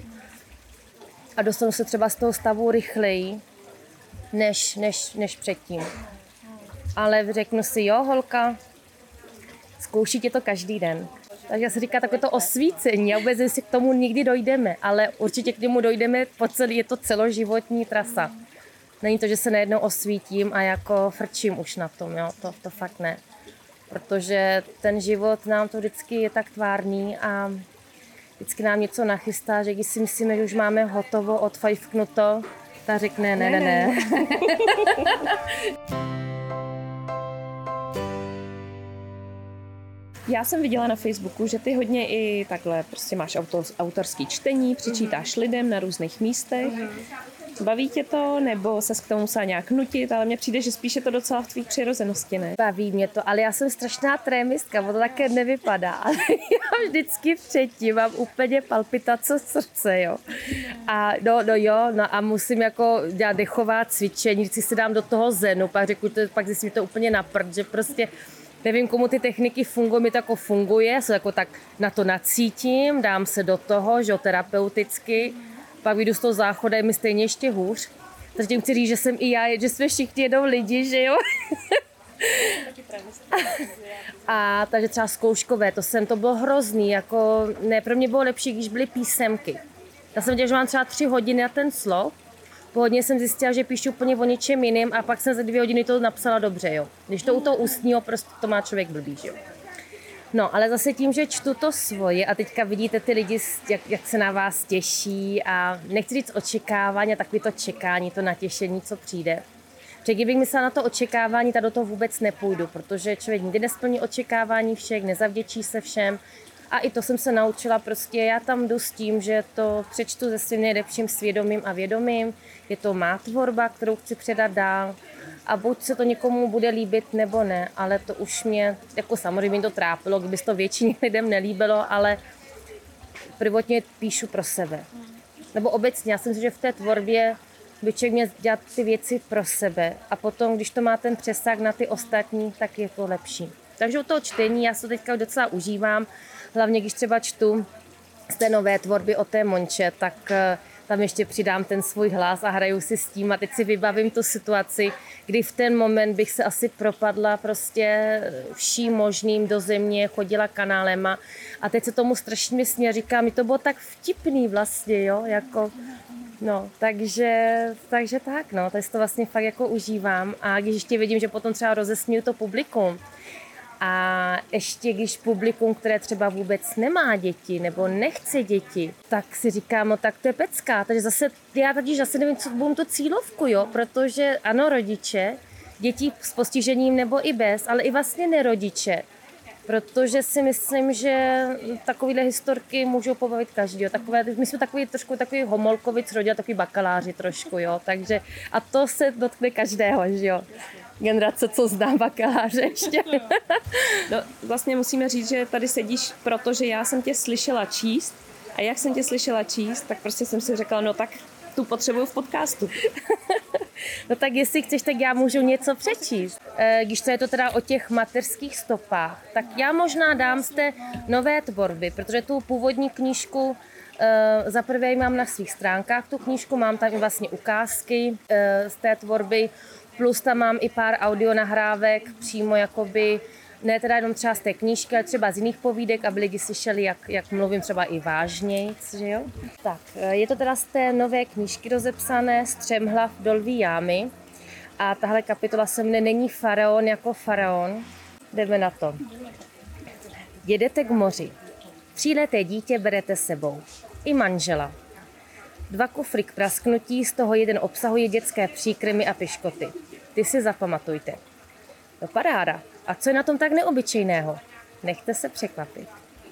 a dostanu se třeba z toho stavu rychleji, než předtím. Ale řeknu si, jo, holka, zkouší tě to každý den. Takže se říká takové to osvícení a vůbec, jestli k tomu nikdy dojdeme, ale určitě k němu dojdeme, je to celoživotní trasa. Není to, že se najednou osvítím a jako frčím už na tom, jo, to fakt ne. Protože ten život nám to vždycky je tak tvárný a vždycky nám něco nachystá, že když si myslíme, že už máme hotovo, odfajfknuto, tak řekne ne. Já jsem viděla na Facebooku, že ty hodně i takhle prostě máš autorský čtení, přičítáš lidem na různých místech. Baví tě to, nebo se k tomu musela nějak nutit, ale mně přijde, že spíš je to docela v tvý přirozenosti, ne? Baví mě to, ale já jsem strašná trémistka, to také nevypadá, ale já vždycky předtím mám úplně palpitace srdce, jo. A a musím jako dělat dechová cvičení, vždycky si dám do toho zenu, pak zjistím, že to úplně na prd, že prostě nevím, komu ty techniky fungují, mi to jako funguje, se jako tak na to nacítím, dám se do toho, že jo, terapeuticky, pak vyjdu z toho záchoda, je mi stejně ještě hůř. Takže tím chci říct, že jsem i já, že jsme všichni jednou lidi, že jo? A takže třeba zkouškové, to bylo hrozný, jako ne, pro mě bylo lepší, když byly písemky. Já jsem věděla, že mám třeba 3 hodiny na ten slov, po hodině jsem zjistila, že píšu úplně o něčem jiným a pak jsem za 2 hodiny to napsala dobře, jo. Když to u toho ústního, prostě to má člověk blbý, jo. No, ale zase tím, že čtu to svoje a teďka vidíte ty lidi, jak se na vás těší a nechci říct očekávání a takový to čekání, to natěšení, co přijde. Protože kdybych myslela na to očekávání, tak do toho vůbec nepůjdu, protože člověk nikdy nesplní očekávání všech, nezavděčí se všem. A i to jsem se naučila, prostě já tam jdu s tím, že to přečtu se svým nejlepším svědomím a vědomím. Je to má tvorba, kterou chci předat dál. A buď se to někomu bude líbit, nebo ne, ale to už mě, jako samozřejmě to trápilo, kdyby se to většině lidem nelíbilo, ale prvotně píšu pro sebe. Nebo obecně, já si myslím, že v té tvorbě by člověk měl dělat ty věci pro sebe a potom, když to má ten přesah na ty ostatní, tak je to lepší. Takže u toho čtení já se to teďka docela užívám, hlavně když třeba čtu z té nové tvorby o té Monče, tak tam ještě přidám ten svůj hlas a hraju si s tím a teď si vybavím tu situaci, kdy v ten moment bych se asi propadla prostě vším možným do země, chodila kanálema a teď se tomu strašně směje a říkám, mi to bylo tak vtipný vlastně, jo, jako, no, takže tak, no, takže to vlastně fakt jako užívám a když ještě vidím, že potom třeba rozesměju to publikum, a ještě když publikum, které třeba vůbec nemá děti nebo nechce děti, tak si říkám, no tak to je pecka. Takže já zase nevím, co budu tu cílovku, jo, protože ano, rodiče, děti s postižením nebo i bez, ale i vlastně nerodiče. Protože si myslím, že takovéhle historky můžou pobavit každý. My jsme takový homolkovic rodina, takový bakaláři trošku, jo. Takže, a to se dotkne každého, že jo. Generace, co znám bakaláře ještě. No, vlastně musíme říct, že tady sedíš, protože já jsem tě slyšela číst a jak jsem tě slyšela číst, tak prostě jsem si řekla, no tak tu potřebuju v podcastu. No tak jestli chceš, tak já můžu něco přečíst. Když to je to teda o těch mateřských stopách, tak já možná dám z té nové tvorby, protože tu původní knížku za prvé mám na svých stránkách, tu knížku mám tam i vlastně ukázky z té tvorby, plus tam mám i pár audionahrávek přímo jakoby, ne teda jenom třeba z té knížky, ale třeba z jiných povídek, aby lidi slyšeli, jak mluvím třeba i vážnějc, že jo? Tak, je to teda z té nové knížky rozepsané Střemhlav do lví jámy a tahle kapitola se mne Není faraon jako faraon. Jdeme na to. Jedete k moři. 3leté dítě berete sebou. I manžela. 2 kufry k prasknutí, z toho jeden obsahuje dětské příkrmy a piškoty. Ty si zapamatujte. No paráda. A co je na tom tak neobyčejného? Nechte se překvapit.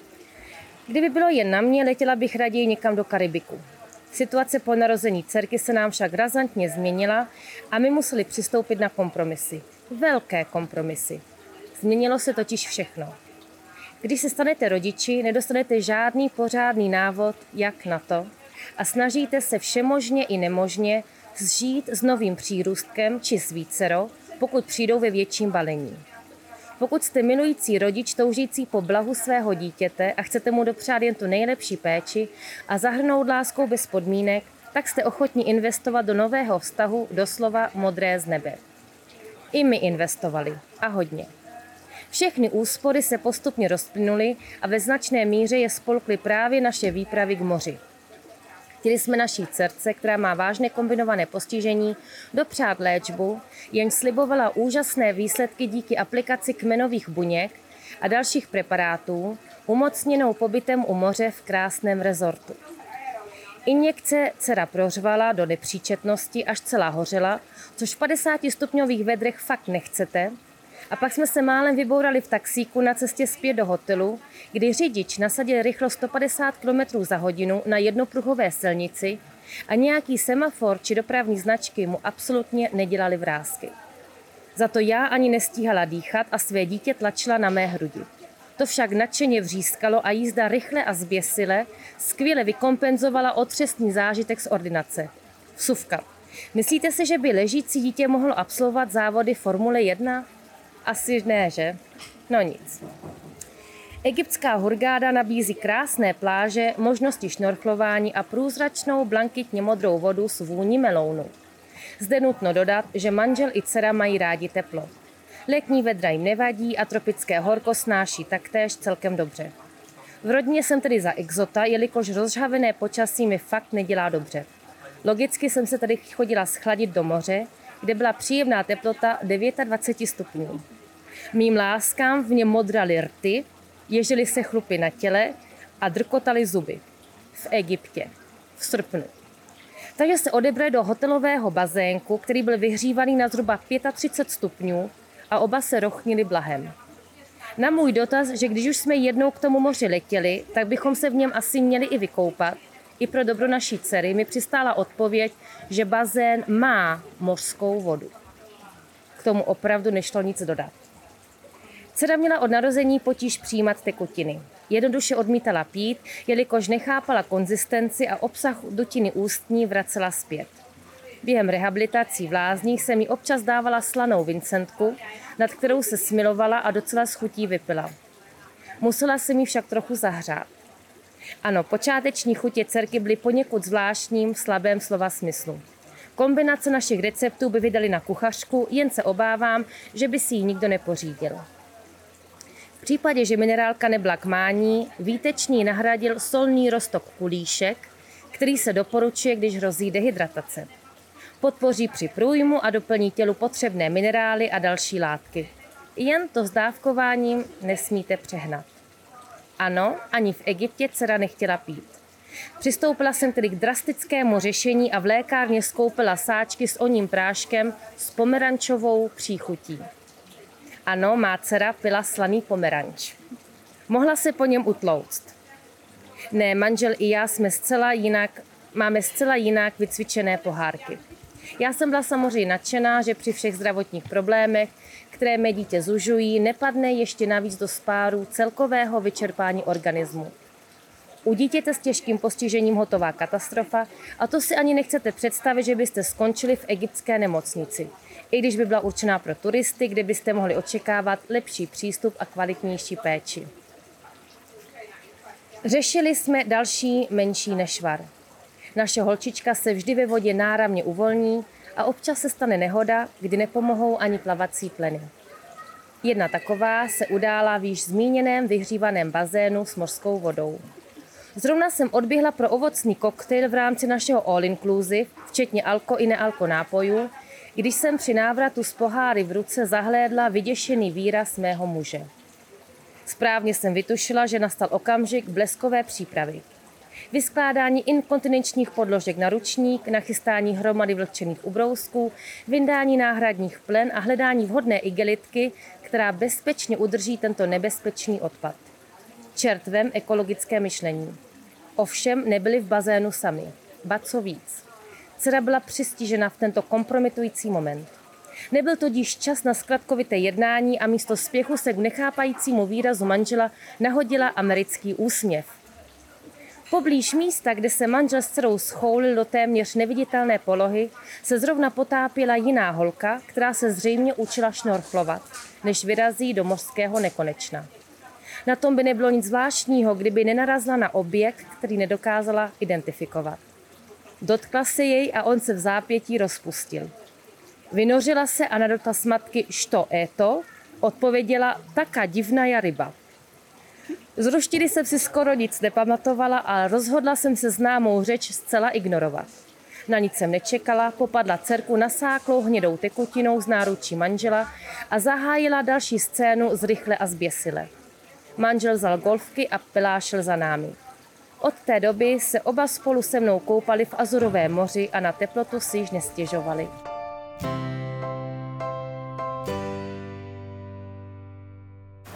Kdyby bylo jen na mě, letěla bych raději někam do Karibiku. Situace po narození dcerky se nám však razantně změnila a my museli přistoupit na kompromisy. Velké kompromisy. Změnilo se totiž všechno. Když se stanete rodiči, nedostanete žádný pořádný návod, jak na to, a snažíte se všemožně i nemožně zžít s novým přírůstkem či s vícero, pokud přijdou ve větším balení. Pokud jste milující rodič toužící po blahu svého dítěte a chcete mu dopřát jen tu nejlepší péči a zahrnout láskou bez podmínek, tak jste ochotní investovat do nového vztahu doslova modré z nebe. I my investovali. A hodně. Všechny úspory se postupně rozplynuly a ve značné míře je spolkly právě naše výpravy k moři. Chtěli jsme naší dcerce, která má vážné kombinované postižení, dopřát léčbu, jenž slibovala úžasné výsledky díky aplikaci kmenových buněk a dalších preparátů, umocněnou pobytem u moře v krásném rezortu. Injekce dcera prořvala do nepříčetnosti, až celá hořela, což v 50 stupňových vedrech fakt nechcete, A pak jsme se málem vybourali v taxíku na cestě zpět do hotelu, kdy řidič nasadil rychlost 150 km za hodinu na jednopruhové silnici a nějaký semafor či dopravní značky mu absolutně nedělali vrásky. Za to já ani nestíhala dýchat a své dítě tlačila na mé hrudi. To však nadšeně vřískalo a jízda rychle a zběsile skvěle vykompenzovala otřesný zážitek z ordinace. Vsuvka. Myslíte si, že by ležící dítě mohlo absolvovat závody Formule 1? Asi ne, že? No nic. Egyptská Hurgáda nabízí krásné pláže, možnosti šnorchlování a průzračnou blankitně modrou vodu s vůní melounu. Zde nutno dodat, že manžel i dcera mají rádi teplo. Letní vedra jim nevadí a tropické horko snáší taktéž celkem dobře. V rodině jsem tedy za exota, jelikož rozžhavené počasí mi fakt nedělá dobře. Logicky jsem se tady chodila schladit do moře, kde byla příjemná teplota 29 stupňů. Mým láskám v něm modraly rty, ježily se chlupy na těle a drkotaly zuby. V Egyptě. V srpnu. Takže se odebrali do hotelového bazénku, který byl vyhřívaný na zhruba 35 stupňů a oba se rochnili blahem. Na můj dotaz, že když už jsme jednou k tomu moři letěli, tak bychom se v něm asi měli i vykoupat, i pro dobro naší dcery mi přistála odpověď, že bazén má mořskou vodu. K tomu opravdu nešlo nic dodat. Dcera měla od narození potíž přijímat tekutiny. Jednoduše odmítala pít, jelikož nechápala konzistenci a obsah dutiny ústní vracela zpět. Během rehabilitací v lázních se mi občas dávala slanou Vincentku, nad kterou se smilovala a docela s chutí vypila. Musela se mi však trochu zahřát. Ano, počáteční chutě dcerky byly poněkud zvláštním v slabém slova smyslu. Kombinace našich receptů by vydali na kuchařku, jen se obávám, že by si ji nikdo nepořídil. V případě, že minerálka nebyla k mání, výtečný nahradil solný roztok kulíšek, který se doporučuje, když hrozí dehydratace. Podpoří při průjmu a doplní tělu potřebné minerály a další látky. Jen to s dávkováním nesmíte přehnat. Ano, ani v Egyptě dcera nechtěla pít. Přistoupila jsem tedy k drastickému řešení a v lékárně skoupila sáčky s oním práškem s pomerančovou příchutí. Ano, má dcera pila slaný pomeranč. Mohla se po něm utlouct. Ne, manžel i já máme zcela jinak vycvičené pohárky. Já jsem byla samozřejmě nadšená, že při všech zdravotních problémech, které mé dítě zužují, nepadne ještě navíc do spáru celkového vyčerpání organismu. U dítěte s těžkým postižením hotová katastrofa a to si ani nechcete představit, že byste skončili v egyptské nemocnici. I když by byla určená pro turisty, kde byste mohli očekávat lepší přístup a kvalitnější péči. Řešili jsme další menší nešvar. Naše holčička se vždy ve vodě náramně uvolní a občas se stane nehoda, kdy nepomohou ani plavací pleny. Jedna taková se udála v již zmíněném vyhřívaném bazénu s mořskou vodou. Zrovna jsem odběhla pro ovocný koktejl v rámci našeho all-inclusive, včetně alko i nealko nápojů, když jsem při návratu s poháry v ruce zahlédla vyděšený výraz mého muže. Správně jsem vytušila, že nastal okamžik bleskové přípravy. Vyskládání inkontinenčních podložek na ručník, nachystání hromady vlhčených ubrousků, vyndání náhradních plen a hledání vhodné igelitky, která bezpečně udrží tento nebezpečný odpad. Čert vem ekologické myšlení. Ovšem nebyli v bazénu sami. Ba co víc. Dcera byla přistižena v tento kompromitující moment. Nebyl tudíž čas na zkratkovité jednání a místo spěchu se k nechápajícímu výrazu manžela nahodila americký úsměv. Poblíž místa, kde se manžel s dcerou schoulil do téměř neviditelné polohy, se zrovna potápěla jiná holka, která se zřejmě učila šnorchlovat, než vyrazí do mořského nekonečna. Na tom by nebylo nic zvláštního, kdyby nenarazila na objekt, který nedokázala identifikovat. Dotkla se jej a on se v zápětí rozpustil. Vynořila se a na dotaz matky "Što to?" odpověděla "Taká divná ryba". Z ruštiny jsem si skoro nic nepamatovala a rozhodla jsem se známou řeč zcela ignorovat. Na nic jsem nečekala, popadla dcerku nasáklou hnědou tekutinou z náručí manžela a zahájila další scénu zrychle a zběsile. Manžel vzal golfky a pelášel za námi. Od té doby se oba spolu se mnou koupali v Azurovém moři a na teplotu si již nestěžovali.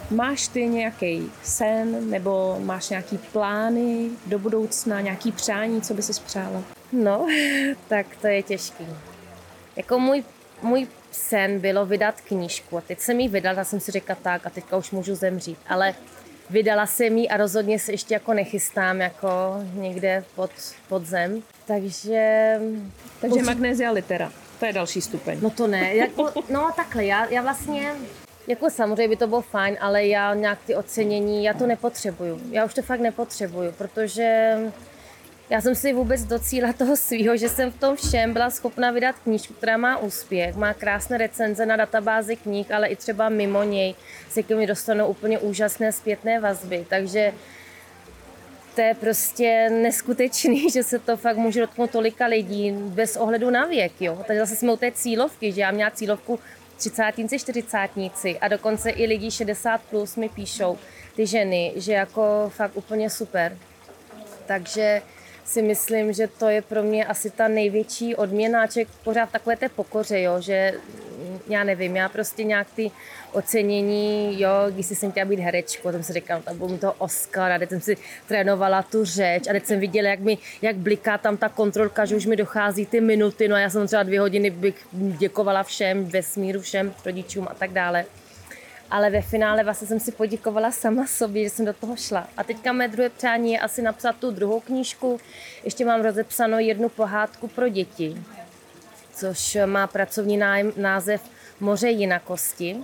Máš ty nějaký sen nebo máš nějaký plány do budoucna, nějaký přání, co by si přála? No, tak to je těžký. Jako můj sen bylo vydat knížku a teď jsem ji vydala, jsem si řekla tak a teďka už můžu zemřít, ale vydala jsem ji a rozhodně se ještě jako nechystám jako někde pod zem, takže Magnesia litera, to je další stupeň. No to ne, no takhle, já vlastně, jako samozřejmě by to bylo fajn, ale já nějak ty ocenění, já to nepotřebuju, já už to fakt nepotřebuju, protože já jsem si vůbec docíla toho svýho, že jsem v tom všem byla schopna vydat knížku, která má úspěch, má krásné recenze na databázi knih, ale i třeba mimo něj se k mi dostanou úplně úžasné zpětné vazby, takže to je prostě neskutečný, že se to fakt může dotknout tolika lidí bez ohledu na věk, jo. Takže zase jsme u té cílovky, že já měla cílovku 30, 40 a dokonce i lidi 60 plus mi píšou, ty ženy, že jako fakt úplně super. Takže si myslím, že to je pro mě asi ta největší odměna, člověk pořád v takové té pokoře, jo, že já nevím, já prostě nějak ty ocenění, jo, když jsem chtěla být herečkou, jsem si říkala, tam budu to Oscar, a teď jsem si trénovala tu řeč a teď jsem viděla, jak bliká tam ta kontrolka, že už mi dochází ty minuty, no a já jsem třeba 2 hodiny bych děkovala všem, vesmíru, všem rodičům a tak dále. Ale ve finále vlastně jsem si poděkovala sama sobě, že jsem do toho šla. A teďka mé druhé přání je asi napsat tu druhou knížku. Ještě mám rozepsanou 1 pohádku pro děti, což má pracovní název Moře jinakosti.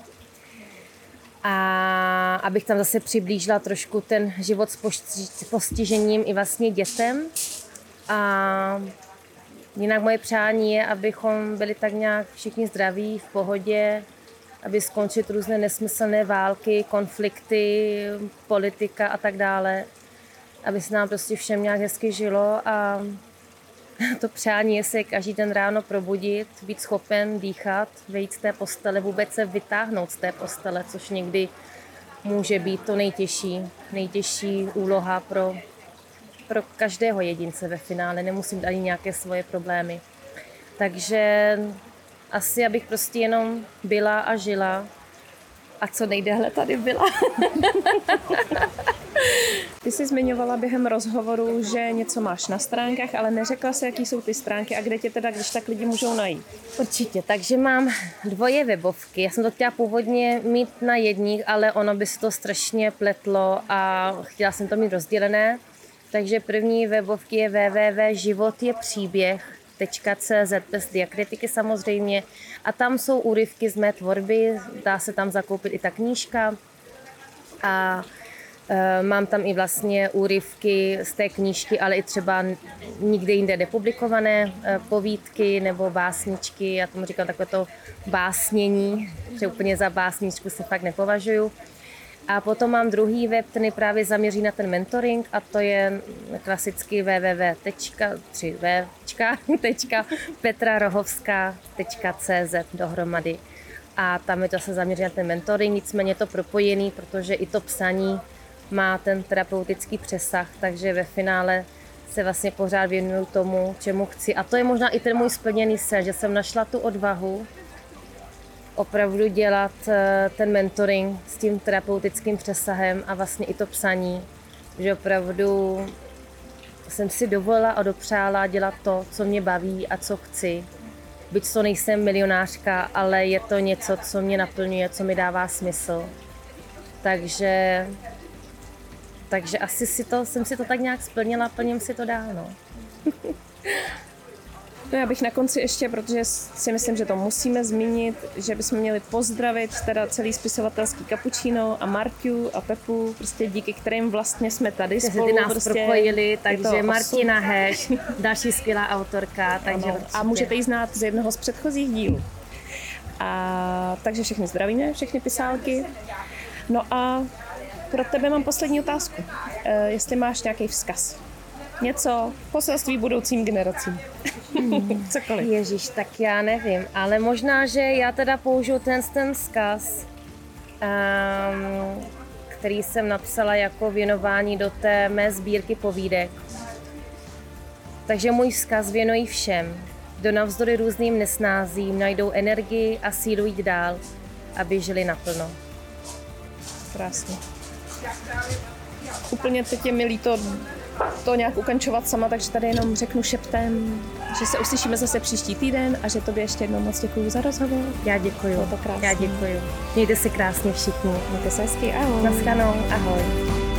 A abych tam zase přiblížila trošku ten život s postižením i vlastně dětem. A jinak moje přání je, abychom byli tak nějak všichni zdraví, v pohodě, aby skončit různé nesmyslné války, konflikty, politika a tak dále, aby se nám prostě všem nějak hezky žilo a to přání je se každý den ráno probudit, být schopen dýchat, vyjít z té postele, vůbec se vytáhnout z té postele, což někdy může být to nejtěžší úloha pro každého jedince ve finále, nemusím dát ani nějaké svoje problémy. Takže asi, abych prostě jenom byla a žila a co nejdéhle tady byla. Ty jsi zmiňovala během rozhovoru, že něco máš na stránkách, ale neřekla se, jaký jsou ty stránky a kde tě teda, když tak lidi můžou najít. Určitě, takže mám 2 webovky. Já jsem to chtěla původně mít na jedních, ale ono by se to strašně pletlo a chtěla jsem to mít rozdělené. Takže první webovky je www.životjepříběh.cz bez diakritiky samozřejmě a tam jsou úryvky z mé tvorby, dá se tam zakoupit i ta knížka a mám tam i vlastně úryvky z té knížky, ale i třeba nikde jinde nepublikované povídky nebo básničky, já tomu říkám takové to básnění, že úplně za básničku se fakt nepovažuju. A potom mám druhý web, ten je právě zaměří na ten mentoring a to je klasicky www.petrarohovska.cz dohromady. A tam je to se zaměří na ten mentoring, nicméně je to propojený, protože i to psaní má ten terapeutický přesah, takže ve finále se vlastně pořád věnuju tomu, čemu chci. A to je možná i ten můj splněný sen, že jsem našla tu odvahu opravdu dělat ten mentoring s tím terapeutickým přesahem a vlastně i to psaní, že opravdu jsem si dovolila a dopřála dělat to, co mě baví a co chci. Byť to nejsem milionářka, ale je to něco, co mě naplňuje, co mi dává smysl. Takže asi jsem si to tak nějak splnila, plním si to dál. No. No já bych na konci ještě, protože si myslím, že to musíme zmínit, že bychom měli pozdravit teda celý spisovatelský Kapučíno a Marťu a Pepu, prostě díky kterým vlastně jsme tady spolu. Ty nás prostě propojili, takže Martina Heš, další skvělá autorka. Takže a můžete ji znát z jednoho z předchozích dílů. Takže všechny zdravíme, všechny pisálky. No a pro tebe mám poslední otázku. Jestli máš nějaký vzkaz. Něco, poselství budoucím generacím. Cokoliv. Ježíš, tak já nevím, ale možná, že já teda použiju ten vzkaz, který jsem napsala jako věnování do té mé sbírky povídek. Takže můj vzkaz věnuji všem, kdo navzdory různým nesnázím najdou energii a sílu jít dál, aby žili naplno. Krásně. Úplně teď je mi líto to nějak ukončovat sama, takže tady jenom řeknu šeptem, že se uslyšíme zase příští týden a že tobě ještě jednou moc děkuju za rozhovor. Já děkuju. Bylo to krásný. Já děkuju. Mějte se krásně všichni. Mějte se hezky, ahoj. Naschledanou, ahoj.